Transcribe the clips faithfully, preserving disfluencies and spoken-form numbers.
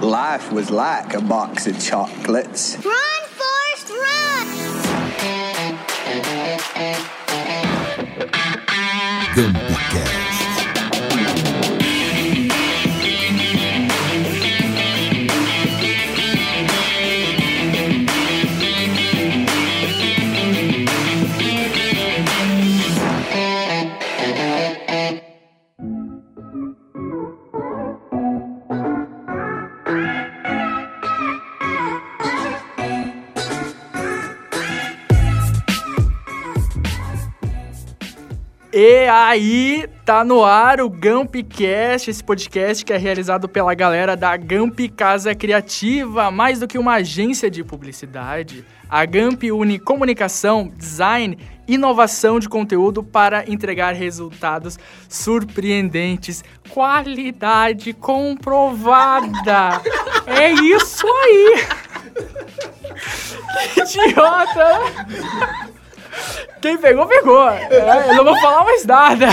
Life was like a box of chocolates. Run, Forrest, run! GambiCast. E aí, tá no ar o GambiCast, esse podcast que é realizado pela galera da Gambi Casa Criativa, mais do que uma agência de publicidade. A Gambi une comunicação, design, inovação de conteúdo para entregar resultados surpreendentes, qualidade comprovada. É isso aí! Que idiota! Quem pegou, pegou. É, eu não vou falar mais nada.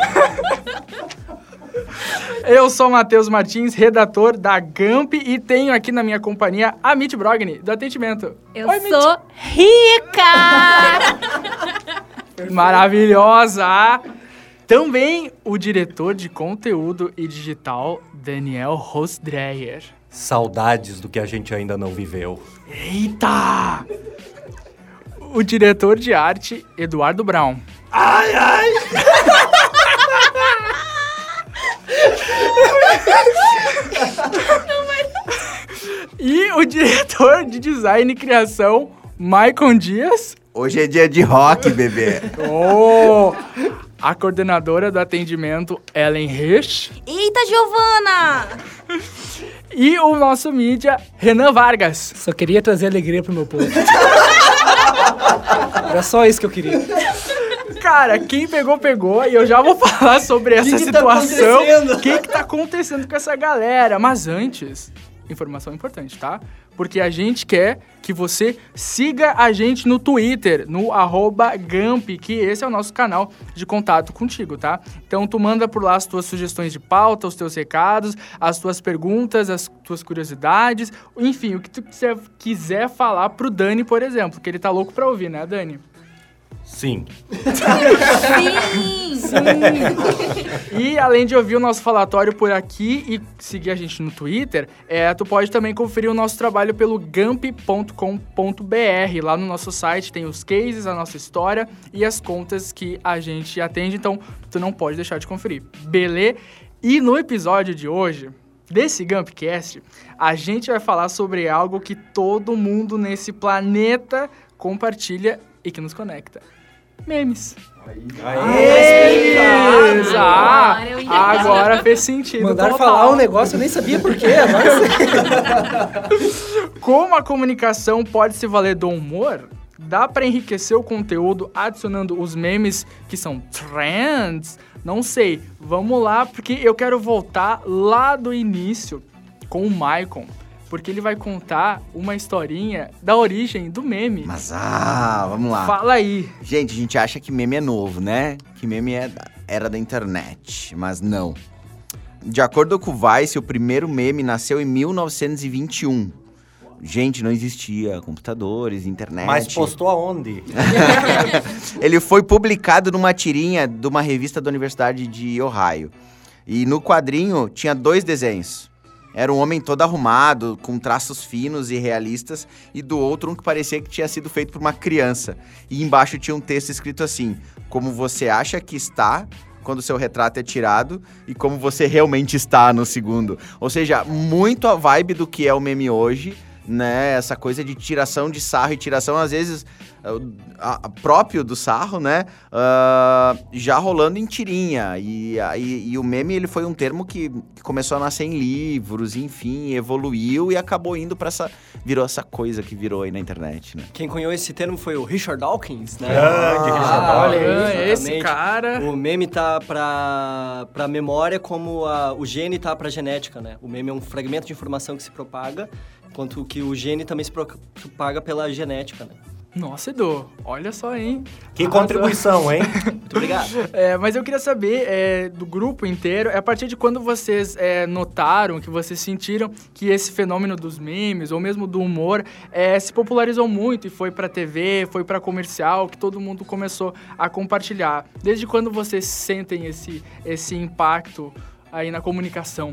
Eu sou o Matheus Martins, redator da Gambi, e tenho aqui na minha companhia a Mitty Brogni, do atendimento. Eu Oi, sou rica! Maravilhosa! Também o diretor de conteúdo e digital, Daniel Rosdreyer. Saudades do que a gente ainda não viveu. Eita! O diretor de arte, Eduardo Brown. Ai, ai! E o diretor de design e criação, Maicon Dias. Hoje é dia de rock, bebê. Oh! A coordenadora do atendimento, Ellen Rich. Eita, Giovana! E o nosso mídia, Renan Vargas. Só queria trazer alegria pro meu povo. Era só isso que eu queria. Cara, quem pegou, pegou. E eu já vou falar sobre essa que que situação. Tá O que que tá acontecendo com essa galera? Mas antes, informação importante, tá? Porque a gente quer que você siga a gente no Twitter, no arroba Gambi, que esse é o nosso canal de contato contigo, tá? Então, tu manda por lá as tuas sugestões de pauta, os teus recados, as tuas perguntas, as tuas curiosidades, enfim, o que tu quiser, quiser falar pro Dani, por exemplo, que ele tá louco pra ouvir, né, Dani? Sim. Sim! E além de ouvir o nosso falatório por aqui e seguir a gente no Twitter, é, tu pode também conferir o nosso trabalho pelo gambi ponto com ponto b r. Lá no nosso site tem os cases, a nossa história e as contas que a gente atende, então tu não pode deixar de conferir, beleza? E no episódio de hoje, desse GambiCast, a gente vai falar sobre algo que todo mundo nesse planeta compartilha e que nos conecta. Memes. Aê! Memes! Ah, Agora eu entendi. agora fez sentido. Mandaram total. falar um negócio, eu nem sabia por quê. Agora Como a comunicação pode se valer do humor, dá pra enriquecer o conteúdo adicionando os memes que são trends? Não sei. Vamos lá, porque eu quero voltar lá do início com o Maicon. Porque ele vai contar uma historinha da origem do meme. Mas, ah, vamos lá. Fala aí. Gente, a gente acha que meme é novo, né? Que meme é da, era da internet, mas não. De acordo com o Vice, o primeiro meme nasceu em mil novecentos e vinte e um. Gente, não existia computadores, internet. Mas postou aonde? Ele foi publicado numa tirinha de uma revista da Universidade de Ohio. E no quadrinho tinha dois desenhos. Era um homem todo arrumado, com traços finos e realistas, e do outro um que parecia que tinha sido feito por uma criança. E embaixo tinha um texto escrito assim: como você acha que está quando seu retrato é tirado e como você realmente está no segundo. Ou seja, muito a vibe do que é o meme hoje, né? Essa coisa de tiração de sarro e tiração, às vezes, a, a, próprio do sarro, né? Uh, já rolando em tirinha. E, e, e o meme, ele foi um termo que, que começou a nascer em livros, enfim, evoluiu e acabou indo pra essa... Virou essa coisa que virou aí na internet, né? quem cunhou esse termo foi o Richard Dawkins, né? Grande Richard Ah, olha Dawkins. aí, esse Exatamente. cara... O meme tá pra, pra memória como a, o gene tá pra genética, né? O meme é um fragmento de informação que se propaga, enquanto que o gene também se propaga pela genética, né? Nossa, Edu, olha só, hein? Que Arrasou. contribuição, hein? Muito obrigado. É, mas eu queria saber é, do grupo inteiro, é a partir de quando vocês é, notaram, que vocês sentiram que esse fenômeno dos memes, ou mesmo do humor, é, se popularizou muito e foi pra T V, foi pra comercial, que todo mundo começou a compartilhar. Desde quando vocês sentem esse, esse impacto aí na comunicação?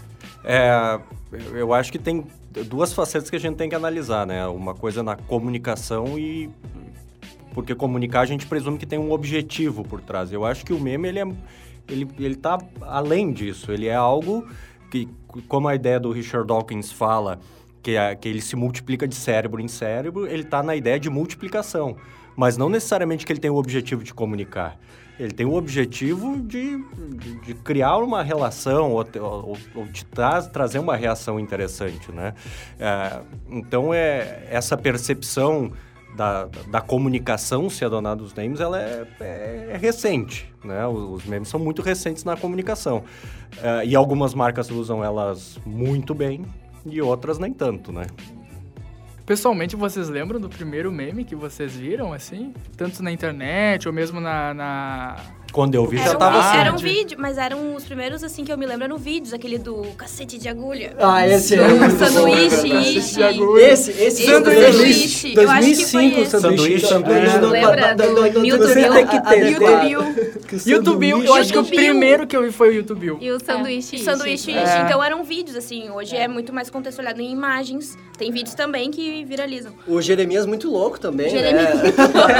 É, eu acho que tem duas facetas que a gente tem que analisar, né? Uma coisa na comunicação e... Porque comunicar a gente presume que tem um objetivo por trás. Eu acho que o meme, ele, é, ele, ele tá além disso. Ele é algo que, como a ideia do Richard Dawkins fala, que, é, que ele se multiplica de cérebro em cérebro, ele tá na ideia de multiplicação. Mas não necessariamente que ele tem o objetivo de comunicar. Ele tem o objetivo de, de, de criar uma relação ou, ou, ou de tra- trazer uma reação interessante, né? É, então, é, essa percepção da, da comunicação se adonar dos memes, ela é, é, é recente, né? Os, os memes são muito recentes na comunicação. É, e algumas marcas usam elas muito bem e outras nem tanto, né? Pessoalmente, vocês lembram do primeiro meme que vocês viram, assim? Tanto na internet ou mesmo na... na... Quando eu vi, já Era um, tava assim. era um vídeo, mas eram os primeiros, assim, que eu me lembro, eram vídeos, aquele do cacete de agulha. Ah, esse é muito bom. Sanduíche, Cacete ishi. de agulha. Esse, esse Esse sanduíche. sanduíche. Eu acho que foi esse. Sanduíche, sanduíche. do- Lembra do- do- do do- YouTube? Você tem que ter. YouTube. YouTube, eu acho que o YouTube. primeiro que eu vi foi o YouTube. E o sanduíche. E sanduíche, É. ishi. Então eram vídeos, assim. Hoje é muito mais contextualizado em imagens. Tem vídeos também que viralizam. O Jeremias muito louco também, Jeremias. né?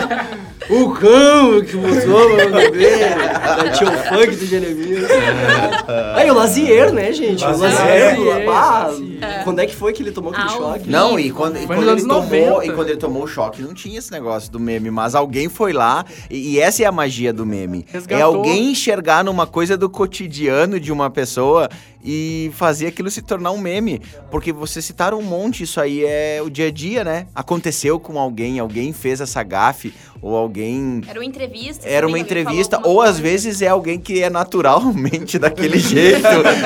O cão que mostrou meu bebê. Tinha o funk do Jeremias. Aí o Lazier, né, gente? O Lazier. Lazier. Ah, Sim. quando é que foi que ele tomou aquele Ao choque? Não, e quando, e Foi quando nos ele anos tomou, noventa. e quando ele tomou o choque, não tinha esse negócio do meme, mas alguém foi lá, e, e essa é a magia do meme. Resgatou. É alguém enxergar numa coisa do cotidiano de uma pessoa e fazer aquilo se tornar um meme. Porque vocês citaram um monte, isso aí é o dia a dia, né? Aconteceu com alguém, alguém fez essa gafe, ou alguém... Era uma entrevista. Era também, uma alguém falou entrevista, alguma ou às coisa. vezes é alguém que é naturalmente daquele jeito,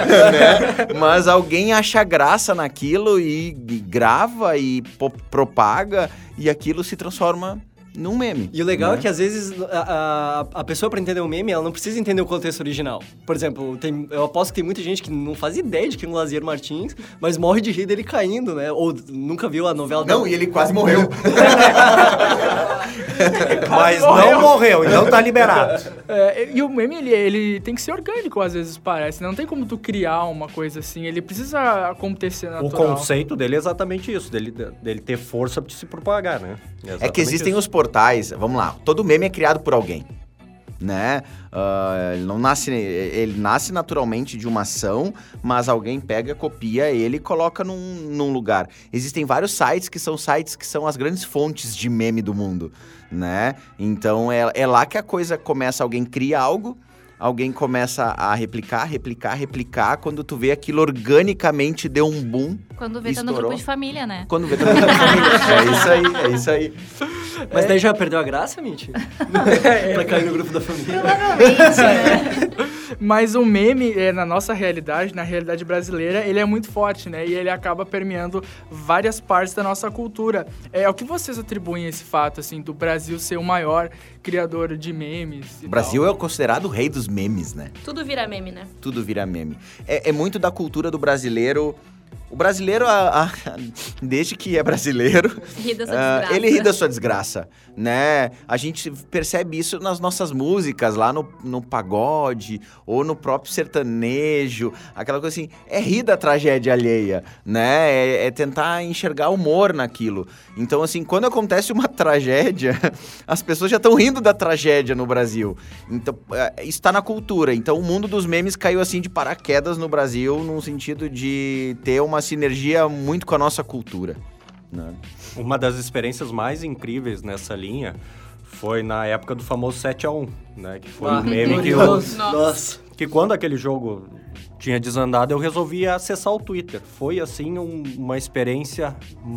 né? Mas alguém acha graça naquilo e, e grava e po- propaga e aquilo se transforma num meme. E o legal né? é que às vezes a, a, a pessoa pra entender o meme, ela não precisa entender o contexto original. Por exemplo, tem, eu aposto que tem muita gente que não faz ideia de quem é o Lazier Martins, mas morre de rir dele caindo, né? Ou nunca viu a novela... Não, da... e ele quase morreu. Mas não morreu, então tá liberado. É, e o meme, ele, ele tem que ser orgânico, às vezes, parece. Não tem como tu criar uma coisa assim. Ele precisa acontecer O natural. conceito dele é exatamente isso, dele, dele ter força pra se propagar, né? É que exatamente existem isso. os portais, vamos lá, todo meme é criado por alguém, né? Ah, ele não nasce, ele nasce naturalmente de uma ação, mas alguém pega, copia ele e coloca num, num lugar. Existem vários sites que são sites que são as grandes fontes de meme do mundo, né? Então é, é lá que a coisa começa, alguém cria algo, alguém começa a replicar, replicar, replicar, quando tu vê aquilo organicamente deu um boom. Quando vê, tá no Estourou. grupo de família, né? Quando vê, tá na família. É isso aí, é isso aí. Mas daí já perdeu a graça, Mitch? Pra cair no grupo da família. Provavelmente, né? Mas o meme, é, na nossa realidade, na realidade brasileira, ele é muito forte, né? E ele acaba permeando várias partes da nossa cultura. É, o que vocês atribuem a esse fato, assim, do Brasil ser o maior criador de memes? e O Brasil tal? é considerado o rei dos memes, né? Tudo vira meme, né? Tudo vira meme. É, é muito da cultura do brasileiro. O brasileiro, a- a- desde que é brasileiro, Ri dessa ah, desgraça. ele ri da sua desgraça, né? A gente percebe isso nas nossas músicas, lá no, no pagode, ou no próprio sertanejo, aquela coisa assim, é rir da tragédia alheia, né? É, é tentar enxergar humor naquilo. Então, assim, quando acontece uma tragédia, as pessoas já estão rindo da tragédia no Brasil. Então, é, isso tá na cultura. Então, o mundo dos memes caiu, assim, de paraquedas no Brasil, no sentido de ter uma sinergia muito com a nossa cultura, né? Uma das experiências mais incríveis nessa linha foi na época do famoso sete a um, né? Que foi Ah, um meme que, eu, glorioso. Nossa. que quando aquele jogo tinha desandado, eu resolvi acessar o Twitter. Foi, assim, um- uma experiência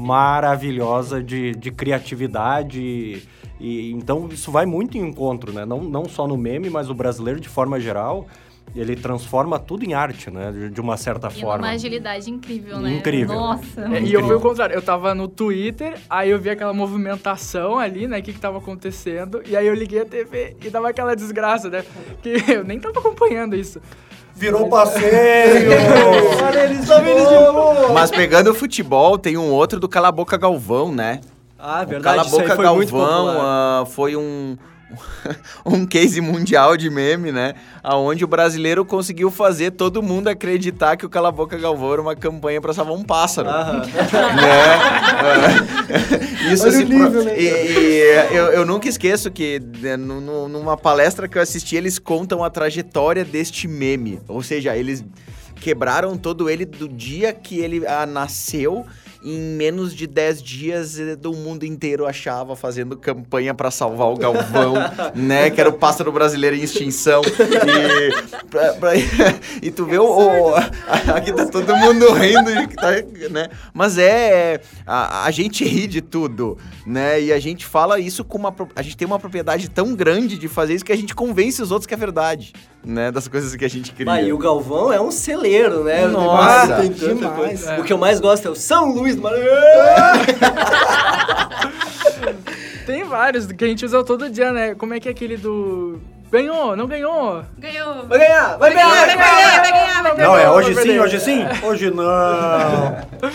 maravilhosa de, de criatividade. E, então, isso vai muito em encontro, né? Não, não só no meme, mas o brasileiro, de forma geral, ele transforma tudo em arte, né? De, de uma certa E forma. uma agilidade incrível, né? Incrível. Nossa. É, e eu fui o contrário, eu tava no Twitter, aí eu vi aquela movimentação ali, né, o que que tava acontecendo, e aí eu liguei a T V e dava aquela desgraça, né, que eu nem tava acompanhando isso. Virou passeio! Olha, eles estão vindo de novo! Mas pegando o futebol, tem um outro do Cala a Boca Galvão, né? Ah, O verdade, Cala a isso aí Boca foi muito Galvão popular. ah, foi um... um case mundial de meme, né? Aonde o brasileiro conseguiu fazer todo mundo acreditar que o Cala a Boca Galvão era uma campanha para salvar um pássaro. Aham. Né? Ah, Isso Olha se o nível, pro- né? E, e eu, eu nunca esqueço que né, nu- nu- numa palestra que eu assisti, eles contam a trajetória deste meme. Ou seja, eles quebraram todo ele do dia que ele ah, nasceu. Em menos de dez dias, eh, do mundo inteiro achava fazendo campanha para salvar o Galvão, né? Que era o pássaro brasileiro em extinção. E, pra- pra- e tu vê o, o- aqui tá todo mundo rindo, tá, né? Mas é... A, a gente ri de tudo, né? E a gente fala isso com uma... pro- A gente tem uma propriedade tão grande de fazer isso que a gente convence os outros que é verdade, né? Das coisas que a gente cria. Mas e o Galvão é um celeiro, né? Nossa, tem tanta demais, coisa. é. O que eu mais gosto é o São Luís do Maranhão. Tem vários que a gente usa todo dia, né, como é que é aquele do... Ganhou, não ganhou? Ganhou. Vai ganhar, vai ganhar, Vai ganhar, vai ganhar, vai ganhar. Não, é Vai hoje sim, perder. hoje sim? Hoje não!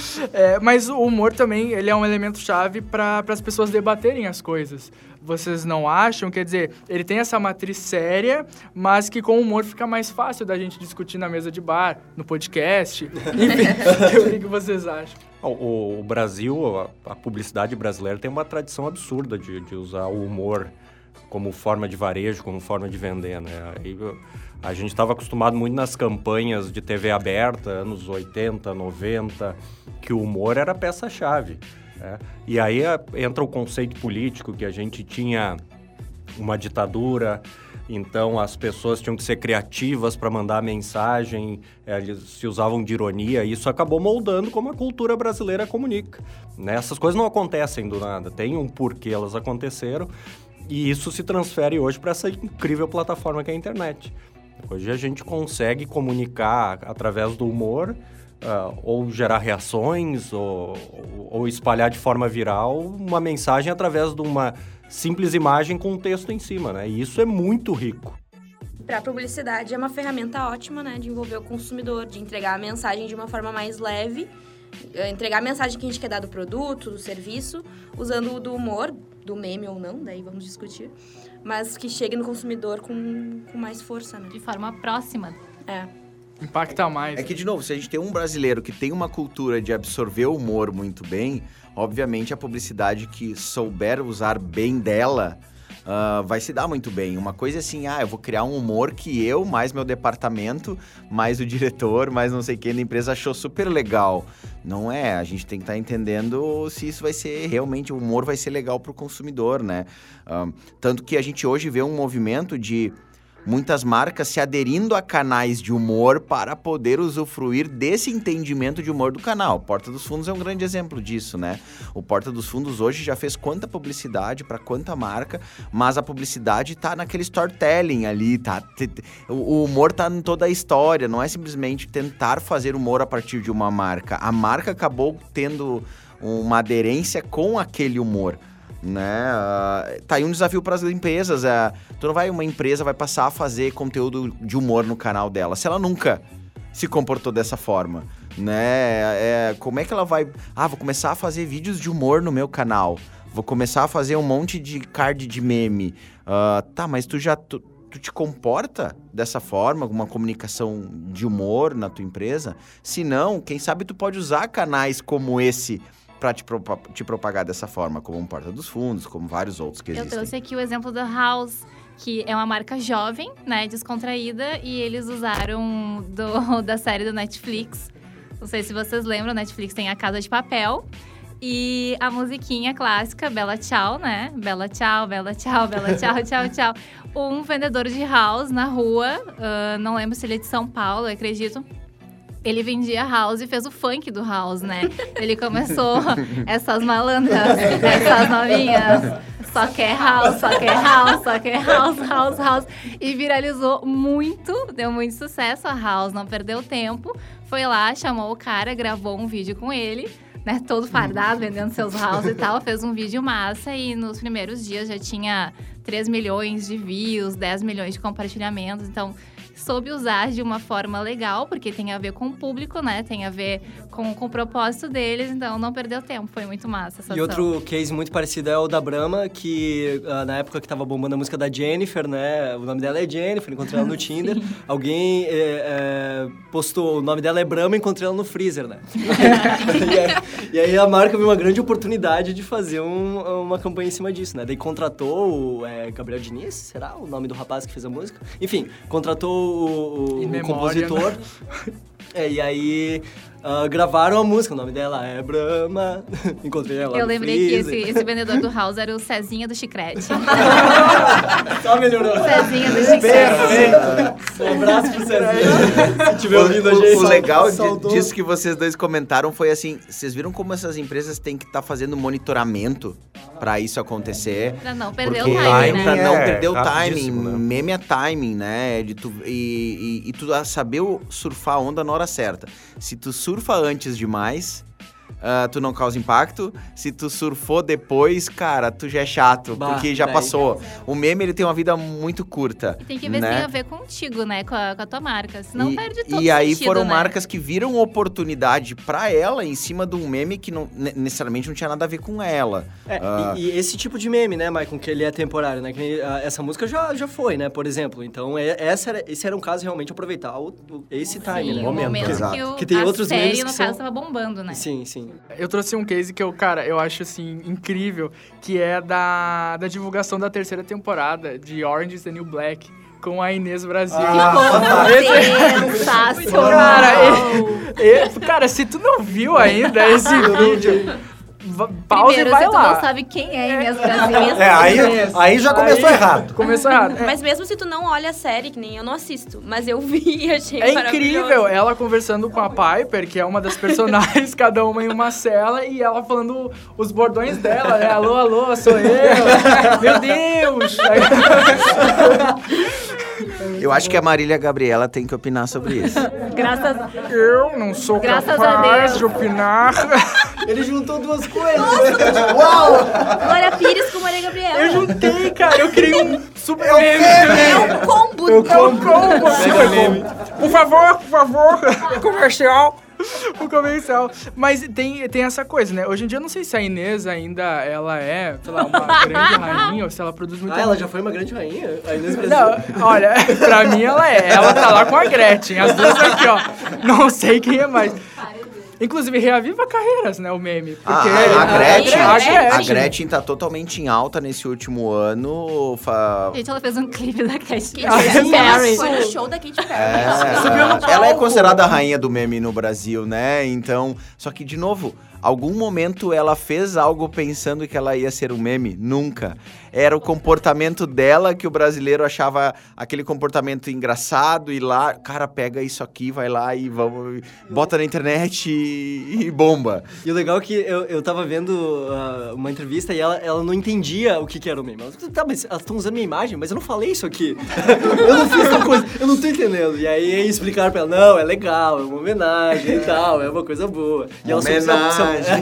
É, mas o humor também, ele é um elemento chave para as pessoas debaterem as coisas. Vocês não acham? Quer dizer, ele tem essa matriz séria, mas que com o humor fica mais fácil da gente discutir na mesa de bar, no podcast. Enfim, o que que vocês acham? O, o Brasil, a, a publicidade brasileira tem uma tradição absurda de, de usar o humor como forma de varejo, como forma de vender, né? Aí, a gente estava acostumado muito nas campanhas de T V aberta, anos oitenta, noventa, que o humor era a peça-chave, né? E aí a, entra o conceito político, que a gente tinha uma ditadura, então as pessoas tinham que ser criativas para mandar mensagem, eh, eles se usavam de ironia, e isso acabou moldando como a cultura brasileira comunica, né? Essas coisas não acontecem do nada, tem um porquê elas aconteceram, e isso se transfere hoje para essa incrível plataforma que é a internet. Hoje a gente consegue comunicar através do humor, uh, ou gerar reações, ou, ou espalhar de forma viral uma mensagem através de uma simples imagem com um texto em cima, né? E isso é muito rico. Para publicidade é uma ferramenta ótima, né, de envolver o consumidor, de entregar a mensagem de uma forma mais leve, eh, entregar a mensagem que a gente quer dar do produto, do serviço, usando o do humor, do meme ou não, daí vamos discutir, mas que chegue no consumidor com, com mais força, né? De forma próxima. É. Impacta mais. É que, de novo, se a gente tem um brasileiro que tem uma cultura de absorver o humor muito bem, obviamente a publicidade que souber usar bem dela uh, vai se dar muito bem. Uma coisa é assim, ah, eu vou criar um humor que eu, mais meu departamento, mais o diretor, mais não sei quem da empresa achou super legal. Não é, a gente tem que estar entendendo se isso vai ser, realmente, o humor vai ser legal para o consumidor, né? Uh, tanto que a gente hoje vê um movimento de muitas marcas se aderindo a canais de humor para poder usufruir desse entendimento de humor do canal. Porta dos Fundos é um grande exemplo disso, né? O Porta dos Fundos hoje já fez quanta publicidade para quanta marca, mas a publicidade tá naquele storytelling ali, tá? O humor tá em toda a história, não é simplesmente tentar fazer humor a partir de uma marca. A marca acabou tendo uma aderência com aquele humor, né? Uh, tá aí um desafio para as empresas. Uh, tu não vai, uma empresa vai passar a fazer conteúdo de humor no canal dela se ela nunca se comportou dessa forma, né? É, como é que ela vai... Ah, vou começar a fazer vídeos de humor no meu canal. Vou começar a fazer um monte de card de meme. Uh, tá, mas tu já... Tu, tu te comporta dessa forma, uma comunicação de humor na tua empresa? Se não, quem sabe tu pode usar canais como esse para te, pro, te propagar dessa forma, como um Porta dos Fundos, como vários outros que Eu existem. trouxe aqui o exemplo da House, que é uma marca jovem, né, descontraída, e eles usaram do, da série do Netflix. Não sei se vocês lembram, Netflix tem A Casa de Papel. E a musiquinha clássica, Bela Tchau, né? Bela Tchau, Bela Tchau, Bela Tchau, Tchau, Tchau. Um vendedor de house na rua, uh, não lembro se ele é de São Paulo, eu acredito. Ele vendia house e fez o funk do house, né? Ele começou essas malandras, essas novinhas, só quer house, só quer house, só quer house, house, house. E viralizou muito, deu muito sucesso a house, não perdeu tempo. Foi lá, chamou o cara, gravou um vídeo com ele, né? Todo fardado, vendendo seus house e tal. Fez um vídeo massa e nos primeiros dias já tinha três milhões de views, dez milhões de compartilhamentos. Então, soube usar de uma forma legal, porque tem a ver com o público, né? Tem a ver com, com o propósito deles, então não perdeu tempo, foi muito massa essa E ação. outro case muito parecido é o da Brahma, que uh, na época que tava bombando a música da Jennifer, né? O nome dela é Jennifer, encontrei ela no Tinder. Alguém é, é, postou, o nome dela é Brahma, encontrei ela no freezer, né? e, aí, e aí a marca viu uma grande oportunidade de fazer um, uma campanha em cima disso, né? Daí contratou o é, Gabriel Diniz, será o nome do rapaz que fez a música? Enfim, contratou o, o, o compositor. Né? É, e aí uh, gravaram a música, o nome dela é Brahma. Encontrei ela Eu no lembrei freezer. que esse, esse vendedor do house era o Cezinha do Chicrete. Só melhorou. Cezinha do Chicrete. Perfeito. Um abraço pro Cezinha. Se tiver ouvindo a O, gente. o legal de- saudou. disso que vocês dois comentaram foi assim, vocês viram como essas empresas têm que estar fazendo monitoramento pra isso acontecer? Pra não perder Porque o timing, timing pra né? não é perder o timing, rapidíssimo, né? meme é timing, né? De tu, e, e, e tu saber o- surfar a onda na hora certa. Se tu surfa antes demais, ah, tu não causa impacto. Se tu surfou depois, cara, tu já é chato, Bah, porque já daí. passou. O meme, ele tem uma vida muito curta. E tem que ver né? se tem a ver contigo, né? Com a, com a tua marca. Senão e, perde todo E aí sentido, foram né? marcas que viram oportunidade pra ela em cima de um meme que não, ne- necessariamente não tinha nada a ver com ela. É, Ah. e, e esse tipo de meme, né, Maicon, que ele é temporário, né? Que, ah, essa música já, já foi, né, por exemplo. Então, é, essa era, esse era um caso realmente aproveitar o, o- esse time, Sim, né? o Momento, momento exato. que, o, Que tem a outros série, memes que no são- caso, tava bombando, né? Sim, sim. Eu trouxe um case que eu, cara, eu acho, assim, incrível, que é da, da divulgação da terceira temporada de Orange is the New Black, com a Inês Brasil. Sensacional! Cara, e- e- cara, se tu não viu ainda esse vídeo, va- pausa Primeiro, e vai se tu lá. não sabe quem é Inês Brasil. É, aí, aí já começou Aí- errado. Começou errado. É, Mas mesmo se tu não olha a série, que nem eu não assisto, mas eu vi e achei é maravilhoso. incrível ela conversando com a Piper, que é uma das personagens, cada uma em uma cela, e ela falando os bordões dela, né? Alô, alô, sou eu. Meu Deus! Eu acho que a Marília Gabriela tem que opinar sobre isso. Graças Eu não sou Graças a capaz Deus. de opinar. Ele juntou duas coisas. Glória Pires com Maria Gabriela. Eu juntei, cara, eu criei um super meme. É um combo. Eu como, super meme. Por favor, por favor. Comercial. O comercial. Mas tem, tem essa coisa, né? Hoje em dia eu não sei se a Inês ainda ela é, sei lá, uma grande rainha ou se ela produz muito. Ah, ela já foi uma grande rainha? A Inês Brasil. Não, olha, pra mim ela é. Ela tá lá com a Gretchen. As duas aqui, ó. Não sei quem é mais. Inclusive, reaviva carreiras, né, o meme. A, Porque a- a Gretchen, a Gretchen. a Gretchen tá totalmente em alta nesse último ano. fa- Gente, ela fez um clipe da Katy Katy Perry. Foi no show da Katy Perry. É, Subiu no ela é palco. considerada a rainha do meme no Brasil, né? Então, só que de novo, algum momento ela fez algo pensando que ela ia ser um meme? Nunca. Era o comportamento dela que o brasileiro achava aquele comportamento engraçado e lá, cara, pega isso aqui, vai lá e vamos, bota na internet e, e bomba. E o legal é que eu, eu tava vendo ah, uma entrevista e ela, ela não entendia o que, que era o meme. Ela falou, tá, mas elas estão usando minha imagem, mas eu não falei isso aqui. Eu não fiz tal coisa, eu não tô entendendo. E aí explicaram pra ela, não, é legal, é uma homenagem e tal, é uma coisa boa. E ela soube se- Homenagem.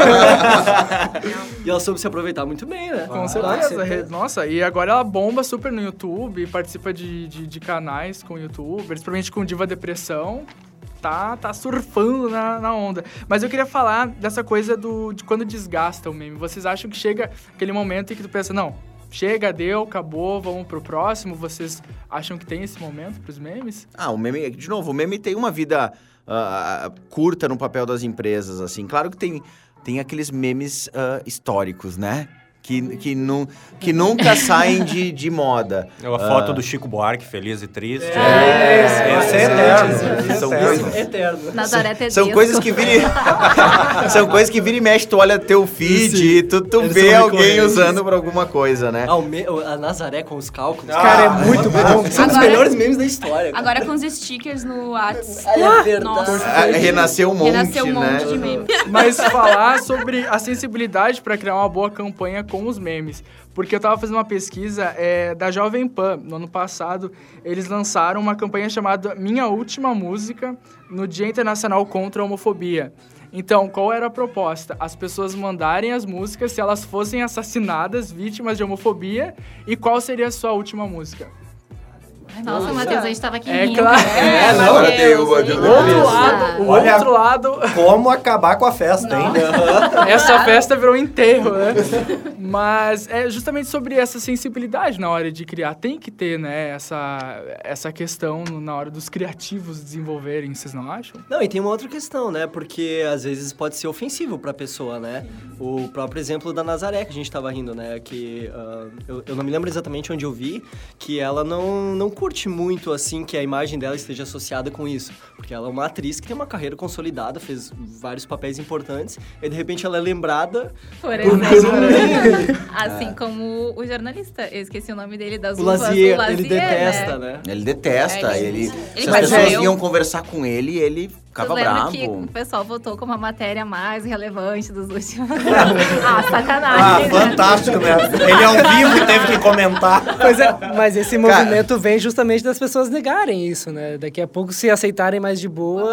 E ela soube se aproveitar muito bem, né? Com Ah, certeza. Re- Nossa, e agora ela bomba super no YouTube, participa de, de, de canais com youtubers, principalmente com Diva Depressão. Tá, tá surfando na, na onda. Mas eu queria falar dessa coisa do, de quando desgasta o meme. Vocês acham que chega aquele momento em que tu pensa, não, chega, deu, acabou, vamos pro próximo? Vocês acham que tem esse momento pros memes? Ah, o meme, de novo, o meme tem uma vida ah, curta no papel das empresas, assim. Claro que tem, tem aqueles memes ah, históricos, né? Que, que, nu, que nunca saem de, de moda. A foto do Chico Buarque, feliz e triste. É, Esse é eterno. Esse é São eterno. coisas- Eterno. Nazaré Tedesco. São coisas que vira e... São coisas que vira e mexe, tu olha teu feed Sim. e tu, tu Eles vê são alguém recorrentes. usando pra alguma coisa, né? Ah, o me- a Nazaré com os cálculos. Cara, é muito bom. São os Agora- melhores memes da história. cara. Agora com os stickers no WhatsApp. É verdade. Nossa. Ah, renasceu um monte, Renasceu um monte né? de meme. Mas falar sobre a sensibilidade para criar uma boa campanha com os memes. Porque eu tava fazendo uma pesquisa é, da Jovem Pan. No ano passado, eles lançaram uma campanha chamada Minha Última Música no Dia Internacional contra a Homofobia. Então, qual era a proposta? As pessoas mandarem as músicas se elas fossem assassinadas, vítimas de homofobia, e qual seria a sua última música? Ai, nossa, Matheus, a gente tava aqui É rindo. claro. É, não, Matheus, eu- eu- gente. eu- O outro lado, o Olha- outro lado, Como acabar com a festa, hein? essa festa virou um enterro, né? Mas é justamente sobre essa sensibilidade na hora de criar. Tem que ter, né, essa, essa questão na hora dos criativos desenvolverem, vocês não acham? Não, e tem uma outra questão, né? Porque às vezes pode ser ofensivo pra pessoa, né? O próprio exemplo da Nazaré, que a gente tava rindo, né? Que ah, eu, eu não me lembro exatamente onde eu vi, que ela não, não curte muito, assim, que a imagem dela esteja associada com isso. Porque ela é uma atriz que tem uma carreira consolidada, fez vários papéis importantes, e de repente ela é lembrada Por por exemplo. um meme. Assim como o jornalista. Eu esqueci o nome dele das O uvas. Lazier, o Lazier, ele detesta, né? né? Ele detesta, É, ele... ele- Se ele as pessoas bateu. iam conversar com ele, ele ficava Vocês lembram bravo. que o pessoal votou como a matéria mais relevante dos últimos... ah, sacanagem. Ah, fantástico, né? Ele ao vivo teve que comentar. Pois é, mas esse Cara- movimento vem justamente das pessoas negarem isso, né? Daqui a pouco, se aceitarem mais de boa,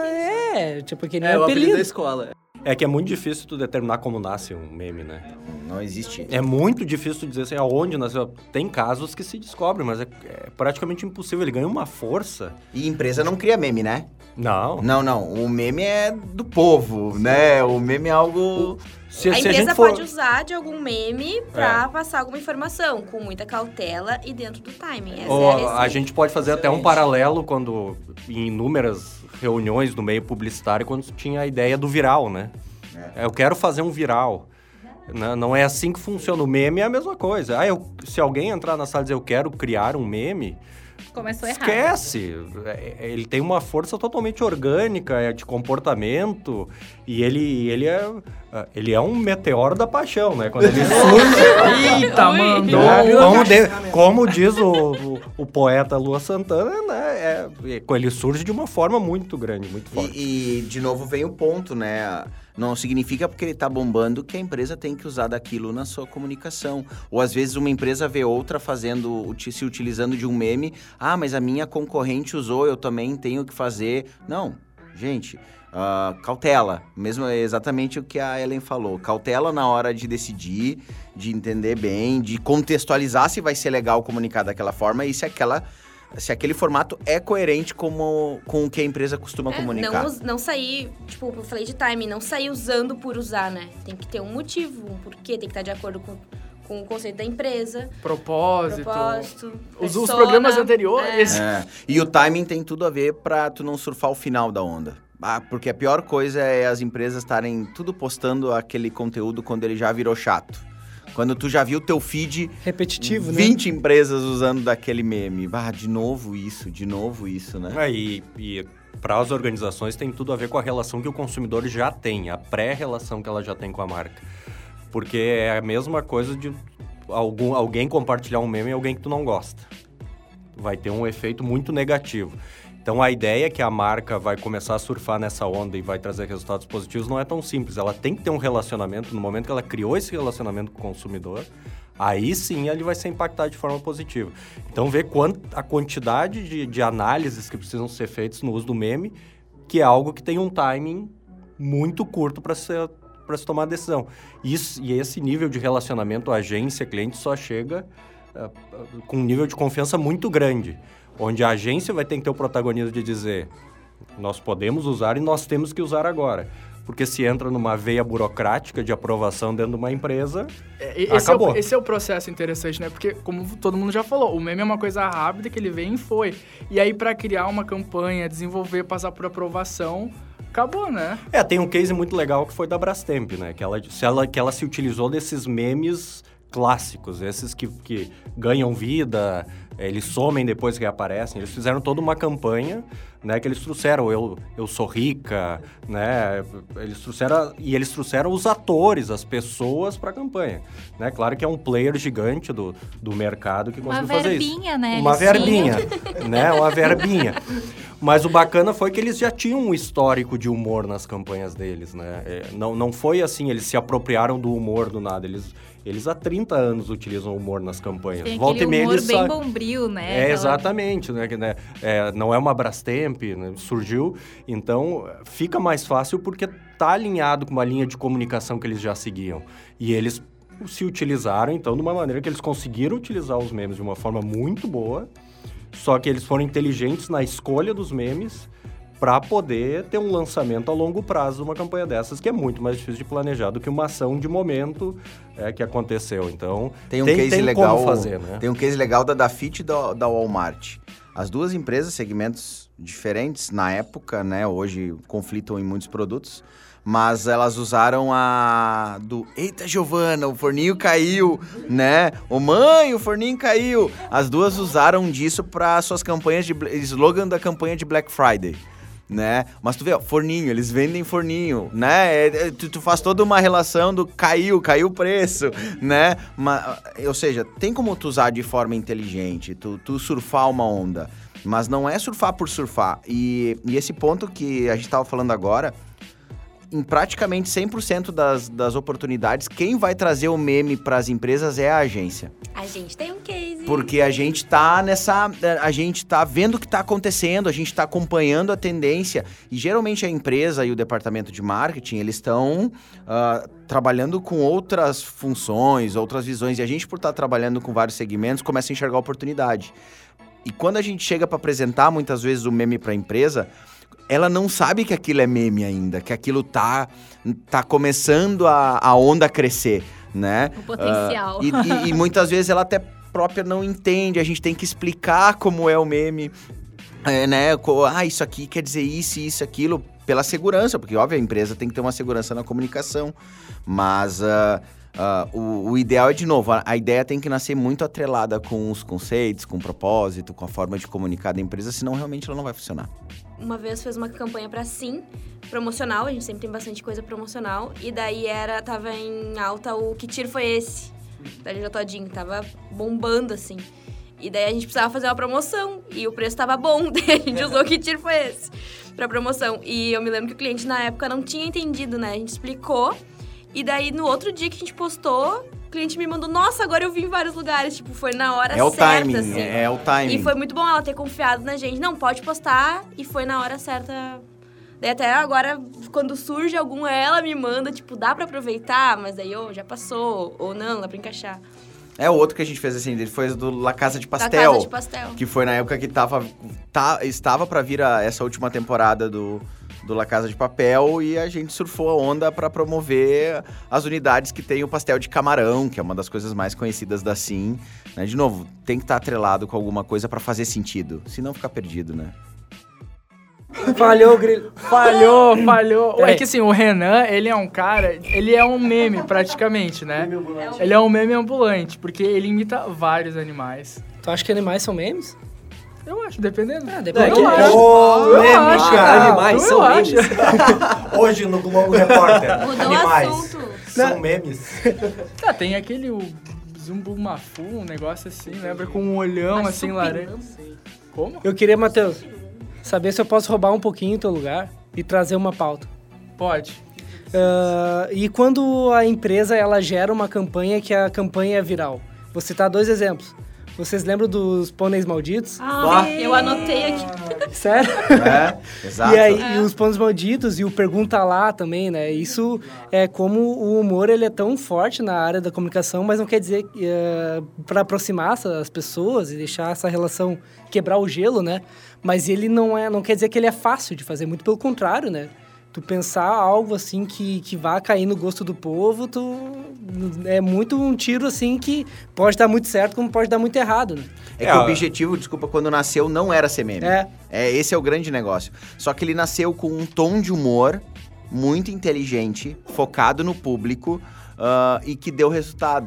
é, tipo, que nem É, o apelido apelido. da escola. É que é muito difícil tu determinar como nasce um meme, né? Não existe. É muito difícil tu dizer assim, aonde nasceu. Tem casos que se descobrem, mas é, é praticamente impossível. Ele ganha uma força. E empresa não cria meme, né? Não. Não, não. O meme é do povo, né? O meme é algo... Se, A se empresa gente for... pode usar de algum meme pra É. passar alguma informação, com muita cautela e dentro do timing. Essa Ou é a a receita. gente pode fazer até um paralelo quando, em inúmeras reuniões do meio publicitário, quando tinha a ideia do viral, né? É. Eu quero fazer um viral. Não, não é assim que funciona. O meme é a mesma coisa. Ah, eu, se alguém entrar na sala e dizer eu quero criar um meme, Começou errado. esquece. É, Ele tem uma força totalmente orgânica, é de comportamento, e ele, ele, é, ele é um meteoro da paixão, né? Quando ele surge... Eita, mandou. Como, de- como diz o, o, o poeta Lua Santana, né? É, é, ele surge de uma forma muito grande, muito forte. E, e, de novo, vem o ponto, né? Não significa porque ele tá bombando que a empresa tem que usar daquilo na sua comunicação. Ou, às vezes, uma empresa vê outra fazendo, uti- se utilizando de um meme. Ah, mas a minha concorrente usou, eu também tenho que fazer. Não, gente... Uh, cautela, mesmo é exatamente o que a Ellen falou. Cautela na hora de decidir, de entender bem, de contextualizar se vai ser legal comunicar daquela forma e se, aquela, se aquele formato é coerente como, com o que a empresa costuma É, comunicar. não, us- não sair, tipo, eu falei de timing, não sair usando por usar, né? Tem que ter um motivo, um porquê, tem que estar de acordo com, com o conceito da empresa, Propósito. propósito, Os, os persona, programas anteriores. É, e o timing tem tudo a ver pra tu não surfar o final da onda. Ah, porque a pior coisa é as empresas estarem tudo postando aquele conteúdo quando ele já virou chato. Quando tu já viu teu feed, Repetitivo, né? vinte empresas usando daquele meme. Ah, de novo isso, de novo isso, né? É, e e para as organizações tem tudo a ver com a relação que o consumidor já tem, a pré-relação que ela já tem com a marca. Porque é a mesma coisa de algum, alguém compartilhar um meme e alguém que tu não gosta. Vai ter um efeito muito negativo. Então, a ideia que a marca vai começar a surfar nessa onda e vai trazer resultados positivos não é tão simples. Ela tem que ter um relacionamento. No momento que ela criou esse relacionamento com o consumidor, aí sim ele vai ser impactado de forma positiva. Então, ver quant, a quantidade de, de análises que precisam ser feitas no uso do meme, que é algo que tem um timing muito curto para ser para se tomar decisão. Isso, e esse nível de relacionamento agência-cliente só chega uh, uh, com um nível de confiança muito grande, onde a agência vai ter que ter o protagonismo de dizer nós podemos usar e nós temos que usar agora. Porque se entra numa veia burocrática de aprovação dentro de uma empresa, É, esse, é acabou. o, esse é o processo interessante, né? Porque, como todo mundo já falou, o meme é uma coisa rápida que ele vem e foi. E aí, pra criar uma campanha, desenvolver, passar por aprovação, acabou, né? É, tem um case muito legal que foi da Brastemp, né? Que ela, se ela, que ela se utilizou desses memes clássicos, esses que, que ganham vida, eles somem depois que reaparecem. Eles fizeram toda uma campanha, né, que eles trouxeram eu, eu Sou Rica, né, eles trouxeram, e eles trouxeram os atores, as pessoas para a campanha, né, claro que é um player gigante do, do mercado que conseguiu fazer isso. Uma verbinha, né? Uma eles verbinha, tinham. né, uma verbinha. Mas o bacana foi que eles já tinham um histórico de humor nas campanhas deles, né, é, não, não foi assim, eles se apropriaram do humor do nada, eles... Eles há trinta anos utilizam humor nas campanhas. Tem Volta aquele e meia, humor eles bem sa- bombril, né? É, Aquela- exatamente. Né? Que, né, é, não é uma Brastemp, né? Surgiu. Então, fica mais fácil porque está alinhado com uma linha de comunicação que eles já seguiam. E eles se utilizaram, então, de uma maneira que eles conseguiram utilizar os memes de uma forma muito boa. Só que eles foram inteligentes na escolha dos memes para poder ter um lançamento a longo prazo de uma campanha dessas, que é muito mais difícil de planejar do que uma ação de momento é, que aconteceu. Então, Tem um tem, case tem legal, como fazer, né? Tem um case legal da Dafit e da, da Walmart. As duas empresas, segmentos diferentes na época, né? Hoje conflitam em muitos produtos, mas elas usaram a do eita, Giovana, o forninho caiu, né? Ô mãe, o forninho caiu. As duas usaram disso para suas campanhas de slogan da campanha de Black Friday. Né? Mas tu vê, ó, forninho, eles vendem forninho, né? É, é, tu, tu faz toda uma relação do caiu, caiu o preço, né? Mas, ou seja, tem como tu usar de forma inteligente, tu, tu surfar uma onda, mas não é surfar por surfar. E, e esse ponto que a gente tava falando agora, em praticamente cem por cento das, das oportunidades, quem vai trazer o meme para as empresas é a agência. A gente tem um case. Porque a gente tá nessa... A gente tá vendo o que tá acontecendo, a gente tá acompanhando a tendência. E geralmente a empresa e o departamento de marketing, eles estão uh, trabalhando com outras funções, outras visões. E a gente, por estar trabalhando com vários segmentos, começa a enxergar a oportunidade. E quando a gente chega para apresentar, muitas vezes, o meme para a empresa, ela não sabe que aquilo é meme ainda, que aquilo tá, tá começando a, a onda a crescer, né? O potencial. Uh, e, e, e muitas vezes ela até própria não entende, a gente tem que explicar como é o meme, é, né? Ah, isso aqui quer dizer isso, isso, aquilo, pela segurança, porque, óbvio, a empresa tem que ter uma segurança na comunicação, mas... Uh, Uh, o, o ideal é, de novo, a, a ideia tem que nascer muito atrelada com os conceitos, com o propósito, com a forma de comunicar da empresa, senão realmente ela não vai funcionar. Uma vez fez uma campanha pra Sim, promocional, a gente sempre tem bastante coisa promocional, e daí era, tava em alta o Que Tiro Foi Esse? Da Lila Todinho, tava bombando, assim. E daí a gente precisava fazer uma promoção, e o preço tava bom, daí a gente usou Que Tiro Foi Esse? Pra promoção. E eu me lembro que o cliente na época não tinha entendido, né? A gente explicou. E daí, no outro dia que a gente postou, o cliente me mandou, nossa, agora eu vi em vários lugares. Tipo, foi na hora é o certa, timing, assim. É o timing. E foi muito bom ela ter confiado na gente. Não, pode postar. E foi na hora certa. Daí até agora, quando surge algum, ela me manda, tipo, dá pra aproveitar? Mas aí, ô, oh, já passou. Ou não, dá pra encaixar. É, o outro que a gente fez assim, ele foi do La Casa de Pastel. La Casa de Pastel. Que foi na época que tava, tá, estava pra vir a, essa última temporada do... do La Casa de Papel, e a gente surfou a onda para promover as unidades que tem o pastel de camarão, que é uma das coisas mais conhecidas da Sim, né? De novo, tem que estar atrelado com alguma coisa para fazer sentido, senão fica perdido, né? Falhou, Grilo. Falhou, falhou. É. É que assim, o Renan, ele é um cara, ele é um meme praticamente, né? Ele é um meme ambulante, porque ele imita vários animais. Tu acha que animais são memes? Eu acho, dependendo. Ah, Não, é depende. que- Eu acho. Ô, Eu meme, acho, cara. Animais Eu são acho. memes. Hoje no Globo Repórter, Mudou o animais assunto. são memes. Ah, tem aquele o Zumbumafu, um negócio assim, lembra? Com um olhão assim, laranja. Como? Eu queria, Matheus, saber se eu posso roubar um pouquinho em teu lugar e trazer uma pauta. Pode. Ah, e quando a empresa ela gera uma campanha que a campanha é viral? Vou citar dois exemplos. Vocês lembram dos pôneis malditos? Ah, eu anotei aqui. Sério? É, exato. E aí, e os pôneis malditos e o Pergunta Lá também, né? Isso é como o humor, ele é tão forte na área da comunicação, mas não quer dizer que é, para aproximar as pessoas e deixar essa relação, quebrar o gelo, né? Mas ele não é, não quer dizer que ele é fácil de fazer, muito pelo contrário, né? Tu pensar algo assim que, que vá cair no gosto do povo, tu é muito um tiro assim que pode dar muito certo, como pode dar muito errado, né? É, É, que o ó. objetivo, desculpa, quando nasceu não era ser meme. É. É, esse é o grande negócio. Só que ele nasceu com um tom de humor muito inteligente, focado no público, ah, e que deu resultado.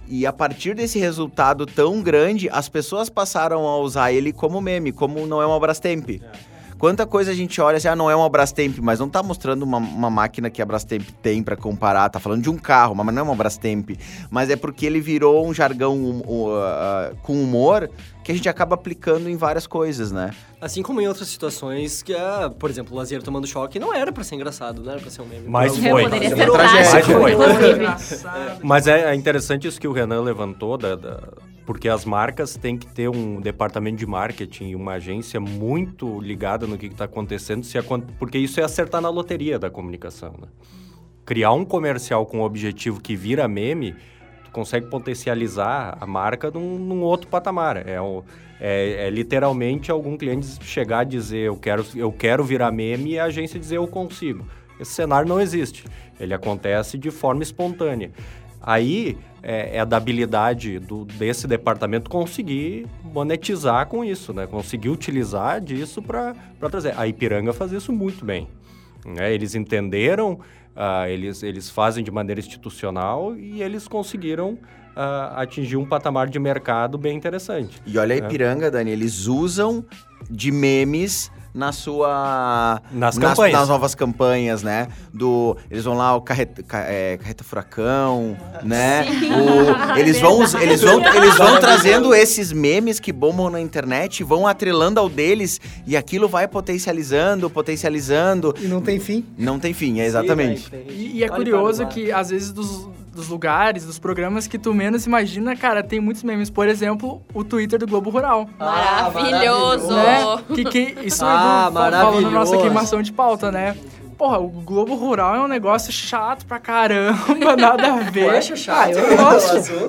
E a partir desse resultado tão grande, as pessoas passaram a usar ele como meme, como não é uma Brastemp. É. Quanta coisa a gente olha assim, ah, não é uma Brastemp, mas não tá mostrando uma, uma máquina que a Brastemp tem pra comparar, tá falando de um carro, mas não é uma Brastemp. Mas é porque ele virou um jargão um, um, uh, com humor que a gente acaba aplicando em várias coisas, né? Assim como em outras situações que, ah, por exemplo, o Lazier tomando choque não era pra ser engraçado, não era pra ser um meme. Mas Então, foi. Poderia Mas ser foi. trágico, Mas foi. inclusive. Mas é interessante isso que o Renan levantou, da, da, porque as marcas têm que ter um departamento de marketing e uma agência muito ligada no que está acontecendo, se, porque isso é acertar na loteria da comunicação, né? Criar um comercial com um objetivo que vira meme, tu consegue potencializar a marca num, num outro patamar. É, o, é, é literalmente algum cliente chegar a dizer eu quero, eu quero virar meme e a agência dizer eu consigo. Esse cenário não existe. Ele acontece de forma espontânea. Aí é, é da habilidade do, desse departamento conseguir monetizar com isso, né? Conseguir utilizar disso para trazer. A Ipiranga faz isso muito bem, né? Eles entenderam, uh, eles, eles fazem de maneira institucional e eles conseguiram uh, atingir um patamar de mercado bem interessante. E olha a Ipiranga, né? Dani, eles usam de memes na sua... Nas, nas, campanhas. nas novas campanhas, né? Do, eles vão lá, o Carreta, é, Carreta Furacão, né? O, eles, vão, eles, vão, eles vão trazendo esses memes que bombam na internet, vão atrelando ao deles e aquilo vai potencializando, potencializando. E não tem fim. Não tem fim, é exatamente. E, e é curioso que, às vezes, dos, dos lugares, dos programas que tu menos imagina, cara, tem muitos memes. Por exemplo, o Twitter do Globo Rural. Maravilhoso! Né? Que, que, isso Ah, é do, falando na nossa maravilhoso. queimação de pauta, né? Porra, o Globo Rural é um negócio chato pra caramba, nada a ver. Eu acho chato. Ah, eu gosto.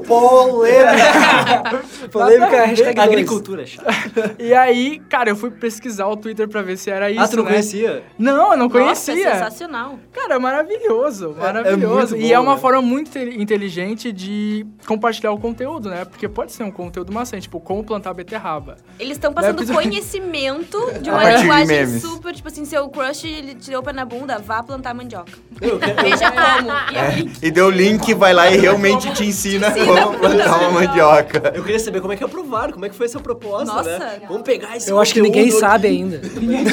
Polêmica. Polêmica, a hashtag dois. agricultura é chato. E aí, cara, eu fui pesquisar o Twitter pra ver se era isso, Ah, tu não né? conhecia? Não, eu não Nossa, é conhecia. sensacional. Cara, é maravilhoso, maravilhoso. muito e bom, é uma né? forma muito inte- inteligente de compartilhar o conteúdo, né? Porque pode ser um conteúdo maçante, tipo, como plantar beterraba. Eles estão passando Né? conhecimento de A uma partir de linguagem memes. super, tipo assim, seu crush ele te deu o pé na bunda, vá plantar mandioca. Eu quero- Veja como. E É, aí, e deu o link, vai lá e realmente te ensina como plantar uma mandioca. Eu queria saber como é que aprovaram, como é que foi essa proposta, Nossa. né? Vamos pegar esse Eu acho que ninguém conteúdo sabe aqui. ainda.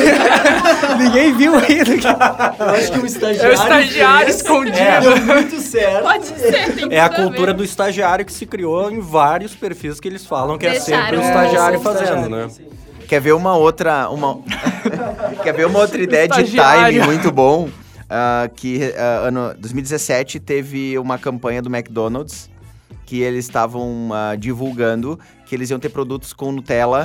Ninguém viu ainda. Eu acho que o É estagiário... o estagiário fez. escondido. É, deu muito certo. pode ser, tem É a tudo cultura ver. do estagiário que se criou em vários perfis que eles falam que é sempre o Deixaram- estagiário É, fazendo, né? Quer ver uma outra... Uma... Quer ver uma outra ideia de Estagiário. timing muito bom? Ah, que ah, ano dois mil e dezessete teve uma campanha do McDonald's que eles estavam ah, divulgando que eles iam ter produtos com Nutella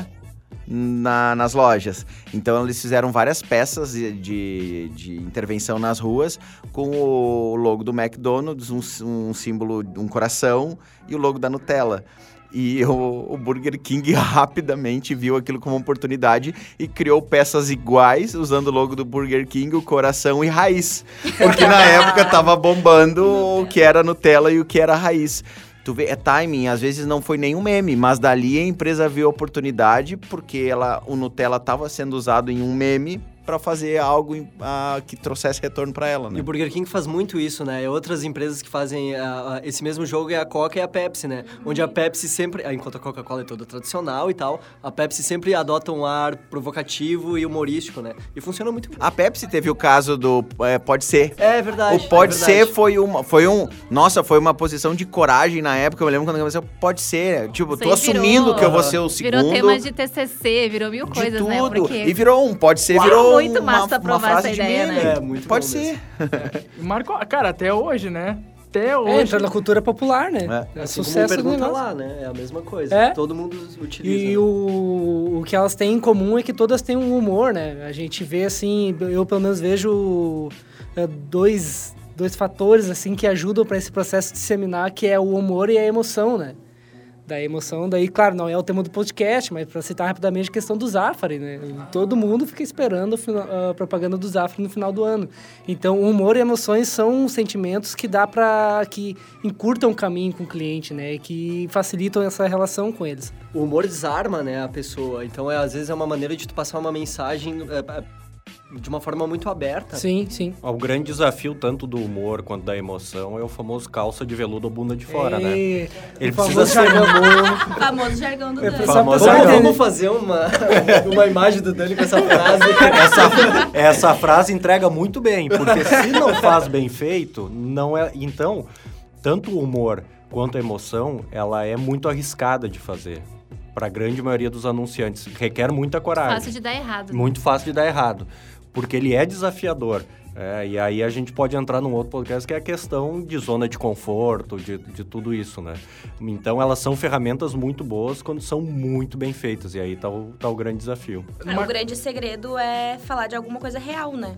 na- nas lojas. Então eles fizeram várias peças de, de, de intervenção nas ruas com o logo do McDonald's, um, s- um símbolo, um coração e o logo da Nutella. E o, o Burger King rapidamente viu aquilo como uma oportunidade e criou peças iguais, usando o logo do Burger King, o coração e raiz. Porque na época tava bombando o que era Nutella e o que era raiz. Tu vê, é timing, às vezes não foi nenhum meme, mas dali a empresa viu a oportunidade porque ela, o Nutella tava sendo usado em um meme para fazer algo em- ah, que trouxesse retorno para ela, E né? o Burger King faz muito isso, né? E outras empresas que fazem ah, ah, esse mesmo jogo é a Coca e a Pepsi, né? Onde a Pepsi sempre, ah, enquanto a Coca-Cola é toda tradicional e tal, a Pepsi sempre adota um ar provocativo e humorístico, né? E funciona muito bem. A Pepsi teve o caso do é, Pode Ser. É verdade. O Pode é Ser verdade. foi uma, foi um... Nossa, foi uma posição de coragem na época. Eu lembro quando começou, pode ser. Tipo, Isso tô aí assumindo virou- que eu vou ser o segundo. Virou tema de T C C, virou mil de coisas, tudo. né? Porque E virou um, pode ser, Uau, virou muito uma, massa uma aprovar frase essa de ideia, meme. né? É, muito Pode bom ser. Marcou, cara, até hoje, né? Até hoje. É, entra na cultura popular, né? É. É, Assim como sucesso do pergunta negócio. lá, né? É a mesma coisa. É. Todo mundo utiliza. E né? o, o que elas têm em comum é que todas têm um humor, né? A gente vê, assim, eu pelo menos vejo é, dois, dois fatores, assim, que ajudam para esse processo disseminar, que é o humor e a emoção, né? Da emoção, daí, claro, não é o tema do podcast, mas para citar rapidamente a questão do Zafari, né? Todo mundo fica esperando a fina- a propaganda do Zafari no final do ano. Então, o humor e emoções são sentimentos que dá para que encurtam o caminho com o cliente, né? E que facilitam essa relação com eles. O humor desarma, né, a pessoa. Então, é, às vezes, é uma maneira de tu passar uma mensagem... É, é, de uma forma muito aberta. Sim, sim. O grande desafio, tanto do humor quanto da emoção, é o famoso calça de veludo ou bunda de fora, né? E... Ele o precisa famoso ser... jargão. Famoso jargão do É, Dani. só Famoso pra- jargão. Vamos, vamos fazer uma, uma imagem do Dani com essa frase. Essa, essa frase entrega muito bem, porque se não faz bem feito, não é... Então, tanto o humor quanto a emoção, ela é muito arriscada de fazer. Para a grande maioria dos anunciantes. Requer muita coragem. Fácil de dar errado. né? Muito fácil de dar errado. Porque ele é desafiador. É, e aí a gente pode entrar num outro podcast que é a questão de zona de conforto, de, de tudo isso, né? Então elas são ferramentas muito boas quando são muito bem feitas. E aí tá o, tá o grande desafio. É, o grande segredo é falar de alguma coisa real, né?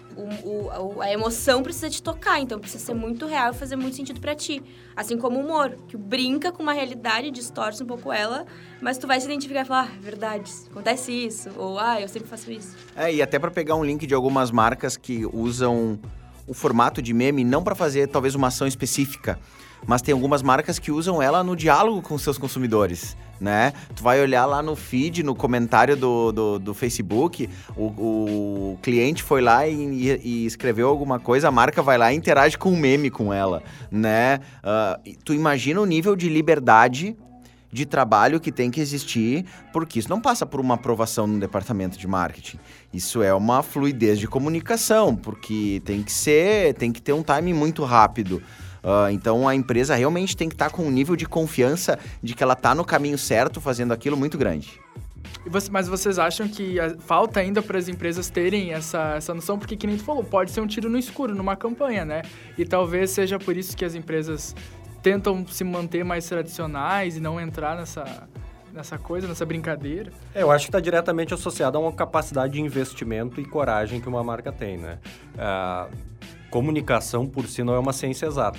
O, o, a emoção precisa te tocar, então precisa ser muito real e fazer muito sentido pra ti. Assim como o humor, que brinca com uma realidade, distorce um pouco ela, mas tu vai se identificar e falar, ah, é verdade, acontece isso, ou ah, eu sempre faço isso. É, e até para pegar um link de algumas marcas que usam o formato de meme não para fazer talvez uma ação específica, mas tem algumas marcas que usam ela no diálogo com seus consumidores, né? Tu vai olhar lá no feed, no comentário do, do, do Facebook, o, o cliente foi lá e, e escreveu alguma coisa, a marca vai lá e interage com um meme com ela, né? Uh, tu imagina o nível de liberdade de trabalho que tem que existir, porque isso não passa por uma aprovação no departamento de marketing. Isso é uma fluidez de comunicação, porque tem que ser, tem que ter um timing muito rápido. Uh, então a empresa realmente tem que estar com um nível de confiança de que ela está no caminho certo, fazendo aquilo muito grande. E você- mas vocês acham que a- falta ainda para as empresas terem essa, essa noção? Porque, que nem tu falou, pode ser um tiro no escuro numa campanha, né? E talvez seja por isso que as empresas tentam se manter mais tradicionais e não entrar nessa, nessa coisa, nessa brincadeira. É, eu acho que está diretamente associado a uma capacidade de investimento e coragem que uma marca tem, né? A comunicação por si não é uma ciência exata.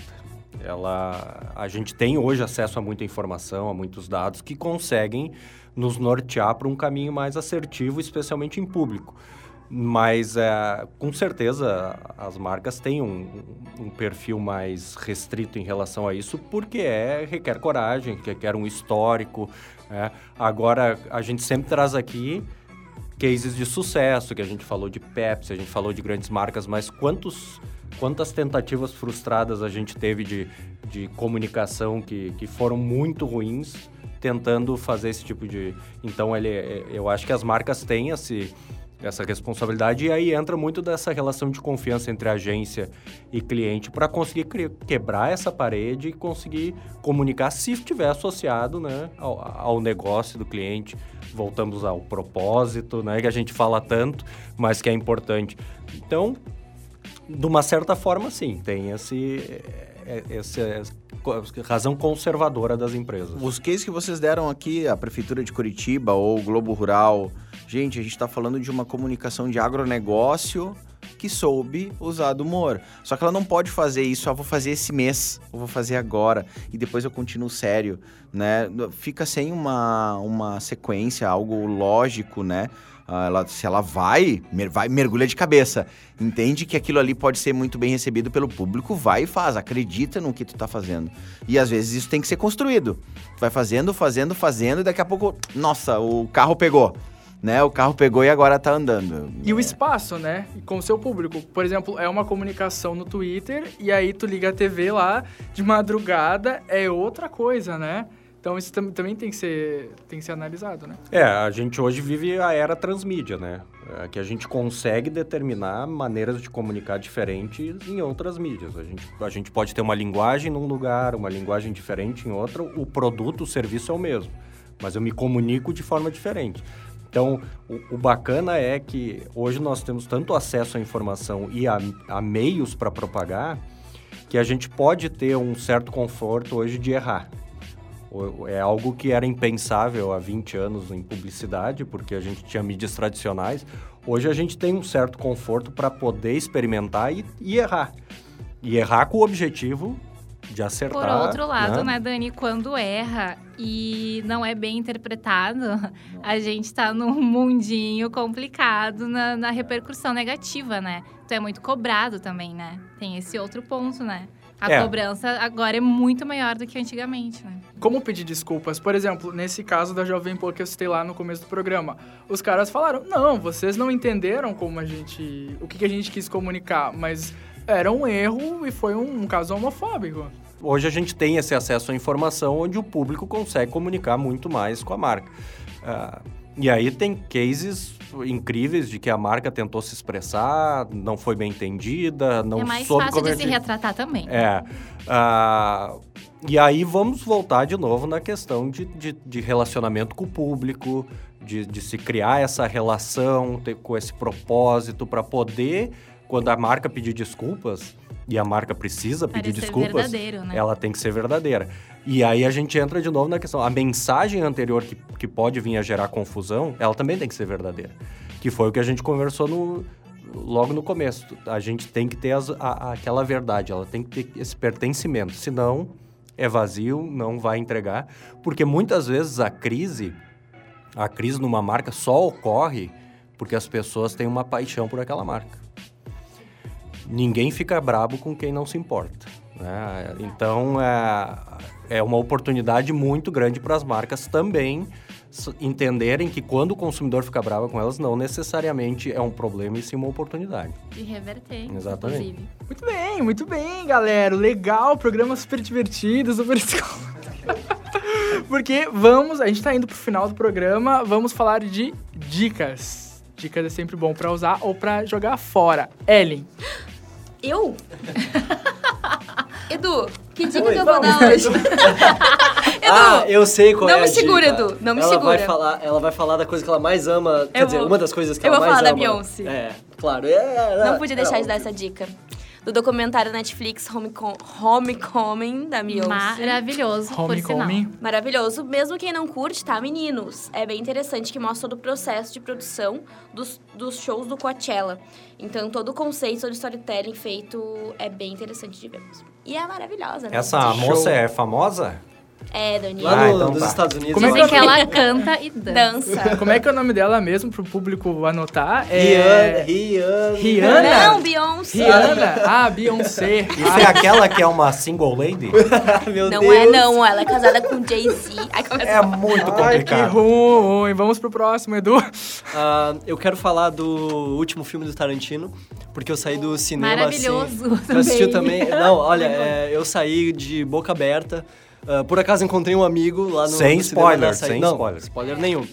Ela, a gente tem hoje acesso a muita informação, a muitos dados que conseguem nos nortear para um caminho mais assertivo, especialmente em público. Mas, é, com certeza, as marcas têm um, um perfil mais restrito em relação a isso, porque é, requer coragem, requer um histórico. É. Agora, a gente sempre traz aqui cases de sucesso, que a gente falou de Pepsi, a gente falou de grandes marcas, mas quantos, quantas tentativas frustradas a gente teve de, de comunicação que, que foram muito ruins, tentando fazer esse tipo de... Então, ele, eu acho que as marcas têm esse... essa responsabilidade, e aí entra muito dessa relação de confiança entre agência e cliente para conseguir cre- quebrar essa parede e conseguir comunicar se estiver associado, né, ao, ao negócio do cliente. Voltamos ao propósito, né, que a gente fala tanto, mas que é importante. Então, de uma certa forma, sim, tem esse, esse, essa razão conservadora das empresas. Os cases que vocês deram aqui, a Prefeitura de Curitiba ou o Globo Rural, gente, a gente está falando de uma comunicação de agronegócio que soube usar do humor. Só que ela não pode fazer isso, ah, vou fazer esse mês, eu vou fazer agora, e depois eu continuo sério, né? Fica sem uma, uma sequência, algo lógico, né? Ah, ela, se ela vai, mer- vai, mergulha de cabeça, entende que aquilo ali pode ser muito bem recebido pelo público, vai e faz, acredita no que tu tá fazendo. E às vezes isso tem que ser construído. Tu vai fazendo, fazendo, fazendo, e daqui a pouco, nossa, o carro pegou. Né? O carro pegou e agora tá andando. E o espaço, né? E com o seu público. Por exemplo, é uma comunicação no Twitter e aí tu liga a T V lá de madrugada, é outra coisa, né? Então isso tam- também tem que ser, tem que ser analisado, né? É, a gente hoje vive a era transmídia, né? É, que a gente consegue determinar maneiras de comunicar diferentes em outras mídias. A gente, a gente pode ter uma linguagem num lugar, uma linguagem diferente em outra, o produto, o serviço é o mesmo, mas eu me comunico de forma diferente. Então, o, o bacana é que hoje nós temos tanto acesso à informação e a, a meios para propagar, que a gente pode ter um certo conforto hoje de errar. É algo que era impensável há vinte anos em publicidade, porque a gente tinha mídias tradicionais. Hoje a gente tem um certo conforto para poder experimentar e, e errar. E errar com o objetivo de acertar. Por outro lado, né, Dani, quando erra e não é bem interpretado, a gente tá num mundinho complicado na, na repercussão negativa, né? Então é muito cobrado também, né? Tem esse outro ponto, né? A É. cobrança agora é muito maior do que antigamente, né? Como pedir desculpas? Por exemplo, nesse caso da Jovem Pan que eu citei lá no começo do programa, os caras falaram, não, vocês não entenderam como a gente... o que, que a gente quis comunicar, mas era um erro e foi um, um caso homofóbico. Hoje a gente tem esse acesso à informação onde o público consegue comunicar muito mais com a marca. Ah, e aí tem cases incríveis de que a marca tentou se expressar, não foi bem entendida, não é mais soube fácil de se converter. retratar também. É. Ah, e aí vamos voltar de novo na questão de, de, de relacionamento com o público, de, de se criar essa relação ter, com esse propósito para poder, quando a marca pedir desculpas, e a marca precisa pedir Parecer desculpas, verdadeiro, né? ela tem que ser verdadeira. E aí a gente entra de novo na questão, a mensagem anterior que, que pode vir a gerar confusão, ela também tem que ser verdadeira. Que foi o que a gente conversou no, logo no começo. A gente tem que ter as, a, aquela verdade, ela tem que ter esse pertencimento, senão é vazio, não vai entregar. Porque muitas vezes a crise, a crise numa marca só ocorre porque as pessoas têm uma paixão por aquela marca. Ninguém fica brabo com quem não se importa, né? Então, é, é uma oportunidade muito grande para as marcas também s- entenderem que quando o consumidor fica bravo com elas, não necessariamente é um problema e sim uma oportunidade. De reverter, Exatamente. inclusive. Muito bem, muito bem, galera. Legal, programa super divertido, super... Porque vamos, a gente tá indo pro final do programa, vamos falar de dicas. Dicas é sempre bom pra usar ou pra jogar fora. Ellen. Eu? Edu, que dica Oi, que eu vou vamos. dar hoje? Ah, eu sei qual não é a me segura, dica. Edu, não me ela segura. Vai falar, ela vai falar da coisa que ela mais ama, quer Eu dizer, vou- uma das coisas que eu ela vou mais falar da ama. Beyoncé. É, claro. É, é, Não é, podia é deixar de óbvio. dar essa dica. Do documentário Netflix Homecom- Homecoming, da Beyoncé. Maravilhoso, por sinal. Homecoming. Maravilhoso. Mesmo quem não curte, tá, meninos? É bem interessante que mostra todo o processo de produção dos, dos shows do Coachella. Então, todo o conceito, todo o storytelling feito é bem interessante de ver mesmo. E é maravilhosa, né? Essa Show. moça é famosa? É, Daniel. Lá Ah, no, então nos tá. Estados Unidos. Como é eu que Dizem acho que ela canta e dança. Dança. Como é que é o nome dela mesmo pro público anotar? Rihanna, É... Rihanna. Rihanna? Não, Beyoncé. Rihanna? Ah, Beyoncé. Isso é aquela que é uma single lady? Meu Não Deus. é, não. Ela é casada com Jay-Z. Aí começa É muito Ai, que complicado. ruim. Vamos pro próximo, Edu. Ah, eu quero falar do último filme do Tarantino, porque eu saí do cinema Maravilhoso assim. Tu assistiu também. também? Não, olha, é, eu saí de boca aberta. Ah, por acaso encontrei um amigo lá no Sem no cinema spoiler, da saída. sem Não, spoiler. spoiler nenhum.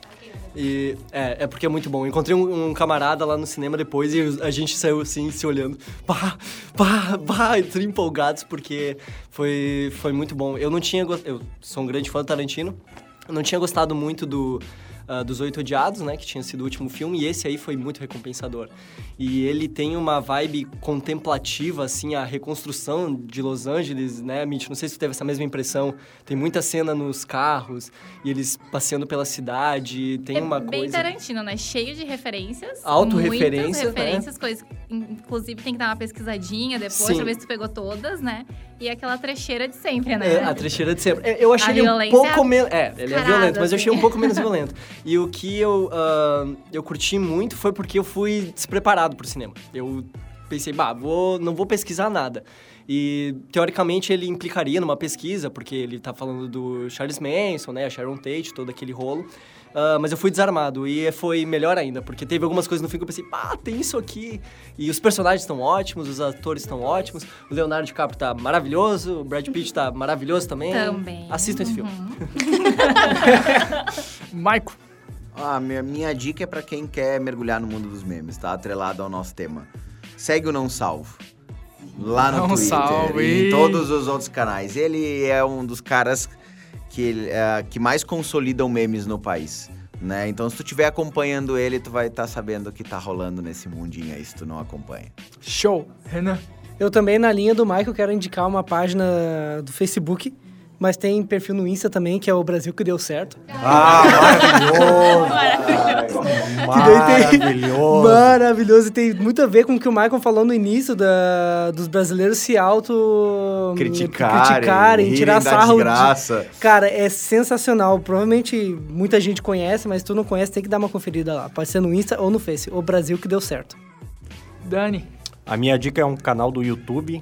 E é, é porque é muito bom. Eu encontrei um, um camarada lá no cinema depois e a gente saiu assim, se olhando. Pá, pá, pá, tudo empolgados porque foi, foi muito bom. Eu não tinha gostado. Eu sou um grande fã do Tarantino. Eu não tinha gostado muito do. ah, dos Oito Odiados, né, que tinha sido o último filme, e esse aí foi muito recompensador. E ele tem uma vibe contemplativa, assim, a reconstrução de Los Angeles, né, Mitch? Não sei se tu teve essa mesma impressão. Tem muita cena nos carros, e eles passeando pela cidade, tem É uma bem coisa... Tarantino, né? Cheio de referências. Autorreferência, Muitas referências, coisas... Inclusive, tem que dar uma pesquisadinha depois Sim. pra ver se tu pegou todas, né? E aquela trecheira de sempre, né? É, a trecheira de sempre. É, Eu achei A ele um violência pouco menos... É, ele é descarada, violento, mas eu achei assim. um pouco menos violento. E o que eu, ah, eu curti muito foi porque eu fui despreparado pro cinema. Eu pensei, bah, vou, não vou pesquisar nada. E, teoricamente, ele implicaria numa pesquisa, porque ele tá falando do Charles Manson, né, a Sharon Tate, todo aquele rolo. Ah, mas eu fui desarmado e foi melhor ainda, porque teve algumas coisas no fim que eu pensei, pá, tem isso aqui. E os personagens estão ótimos, os atores estão ótimos, o Leonardo DiCaprio tá maravilhoso, o Brad Pitt tá maravilhoso também. Também. Assistam esse filme. Maico. Ah, minha, minha dica é pra quem quer mergulhar no mundo dos memes, tá? Atrelado ao nosso tema. Segue o Não Salvo. Lá no Não Twitter Salvo, e e- em todos os outros canais. Ele é um dos caras que, é, que mais consolidam memes no país, né? Então, se tu estiver acompanhando ele, tu vai estar sabendo o que tá rolando nesse mundinho aí, se tu não acompanha. Show. Renan. Eu também, na linha do Michael, quero indicar uma página do Facebook, mas tem perfil no Insta também, que é o Brasil que deu certo. Ah, maravilhoso! Maravilhoso! Maravilhoso, e tem muito a ver com o que o Michael falou no início da, dos brasileiros se auto Criticarem, criticarem rirem tirar da sarro. de- desgraça. Cara, é sensacional. Provavelmente muita gente conhece, mas tu não conhece, tem que dar uma conferida lá. Pode ser no Insta ou no Face. O Brasil que deu certo. Dani. A minha dica é um canal do YouTube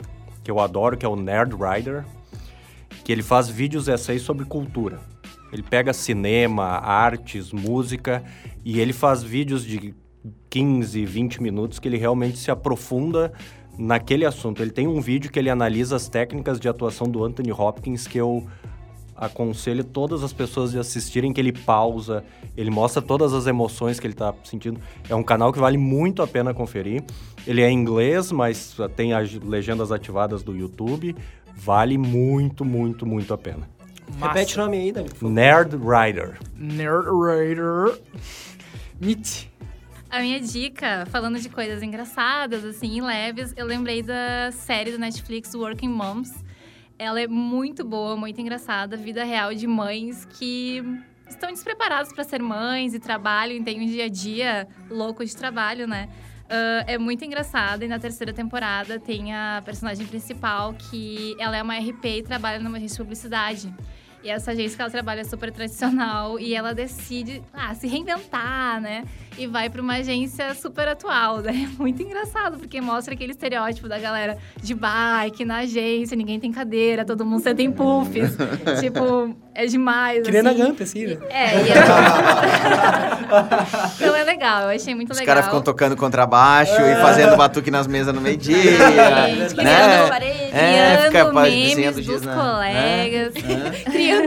que eu adoro, que é o Nerd Rider, que ele faz vídeos essays sobre cultura. Ele pega cinema, artes, música, e ele faz vídeos de quinze, vinte minutos que ele realmente se aprofunda naquele assunto. Ele tem um vídeo que ele analisa as técnicas de atuação do Anthony Hopkins, que eu aconselho todas as pessoas de assistirem, que ele pausa, ele mostra todas as emoções que ele está sentindo. É um canal que vale muito a pena conferir. Ele é em inglês, mas tem as legendas ativadas do YouTube. Vale muito, muito, muito a pena. Massa. Repete o nome aí, Dani. Nerd Rider. Nerd Rider. Mitch. A minha dica, falando de coisas engraçadas, assim, leves, eu lembrei da série do Netflix Working Moms. Ela é muito boa, muito engraçada. Vida real de mães que estão despreparadas para ser mães e trabalham, e tem um dia a dia louco de trabalho, né? Uh, é muito engraçada e na terceira temporada tem a personagem principal que ela é uma R P e trabalha numa agência de publicidade. E essa agência que ela trabalha é super tradicional e ela decide ah, se reinventar, né? E vai para uma agência super atual, né? É muito engraçado, porque mostra aquele estereótipo da galera de bike na agência, ninguém tem cadeira, todo mundo senta em puffs. Tipo, é demais, Que nem na assim. Gump, assim, né? É, e é... Então é legal, eu achei muito Os legal. caras ficam tocando contrabaixo e fazendo batuque nas mesas no meio-dia. Exatamente, né? criando parede, É, fica criando pa- memes desenhando dos giz na- colegas. Criando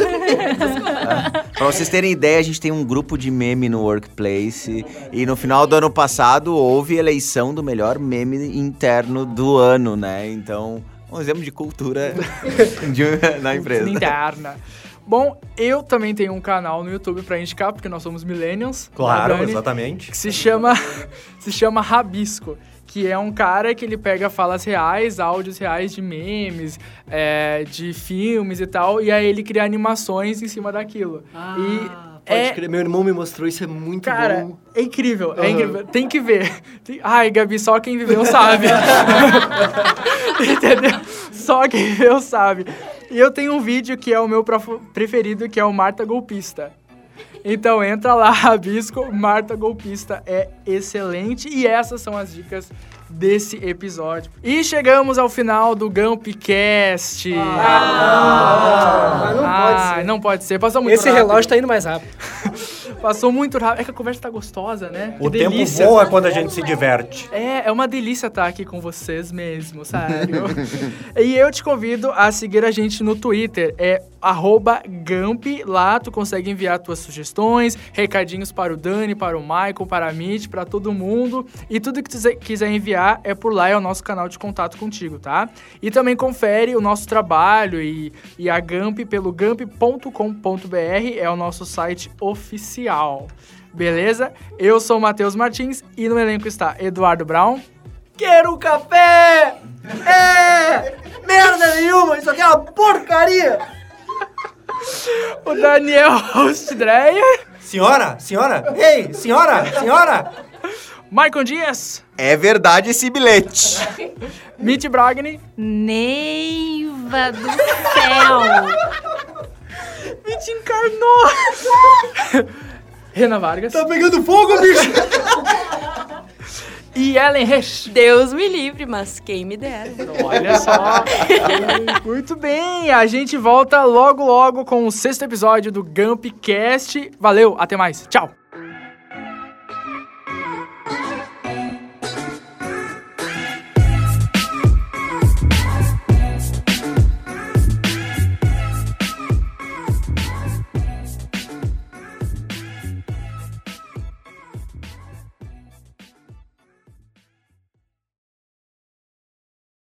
Pra vocês terem ideia, a gente tem um grupo de meme no Workplace e no final do ano passado houve eleição do melhor meme interno do ano, né? Então, um exemplo de cultura de, na empresa. Interna. Bom, eu também tenho um canal no YouTube pra indicar, porque nós somos millennials. Claro, né, Dani? exatamente. Que se chama, se chama Rabisco. Que é um cara que ele pega falas reais, áudios reais de memes, é, de filmes e tal, e aí ele cria animações em cima daquilo. Ah, e pode é, crer. Meu irmão me mostrou, isso é muito cara, bom. é incrível, é Uhum. incrível. Tem que ver. Tem- Ai, Gabi, só quem viveu sabe. Entendeu? Só quem viveu sabe. E eu tenho um vídeo que é o meu prof- preferido, que é o Marta Golpista. Então entra lá, Rabisco, Marta Golpista, é excelente. E essas são as dicas desse episódio. E chegamos ao final do Gumpcast. Ah, mas não pode Ah, ser. não pode ser, passou muito Esse rápido. relógio tá indo mais rápido. Passou muito rápido. É que a conversa tá gostosa, né? O Que tempo delícia. voa quando a gente se diverte. É, é uma delícia estar aqui com vocês mesmo, sério. E eu te convido a seguir a gente no Twitter, é arroba Gump, lá tu consegue enviar tuas sugestões, recadinhos para o Dani, para o Michael, para a Mitch, para todo mundo. E tudo que tu quiser enviar é por lá, é o nosso canal de contato contigo, tá? E também confere o nosso trabalho e, e a Gump pelo gump ponto com ponto b r, é o nosso site oficial. Beleza? Eu sou o Matheus Martins e no elenco está Eduardo Brown. Quero um café! É! Merda nenhuma, isso aqui é uma porcaria! O Daniel Host Dreyer. Senhora, senhora, ei, senhora, senhora! Michael Dias. É verdade esse bilhete. Mitch Bragni. Neiva do céu! Mitch encarnou. Renan Vargas. Tá pegando fogo, bicho! E Ellen Resch. Deus me livre, mas quem me dera. Olha só. Muito bem, a gente volta logo logo com o sexto episódio do Gumpcast. Valeu, até mais. Tchau.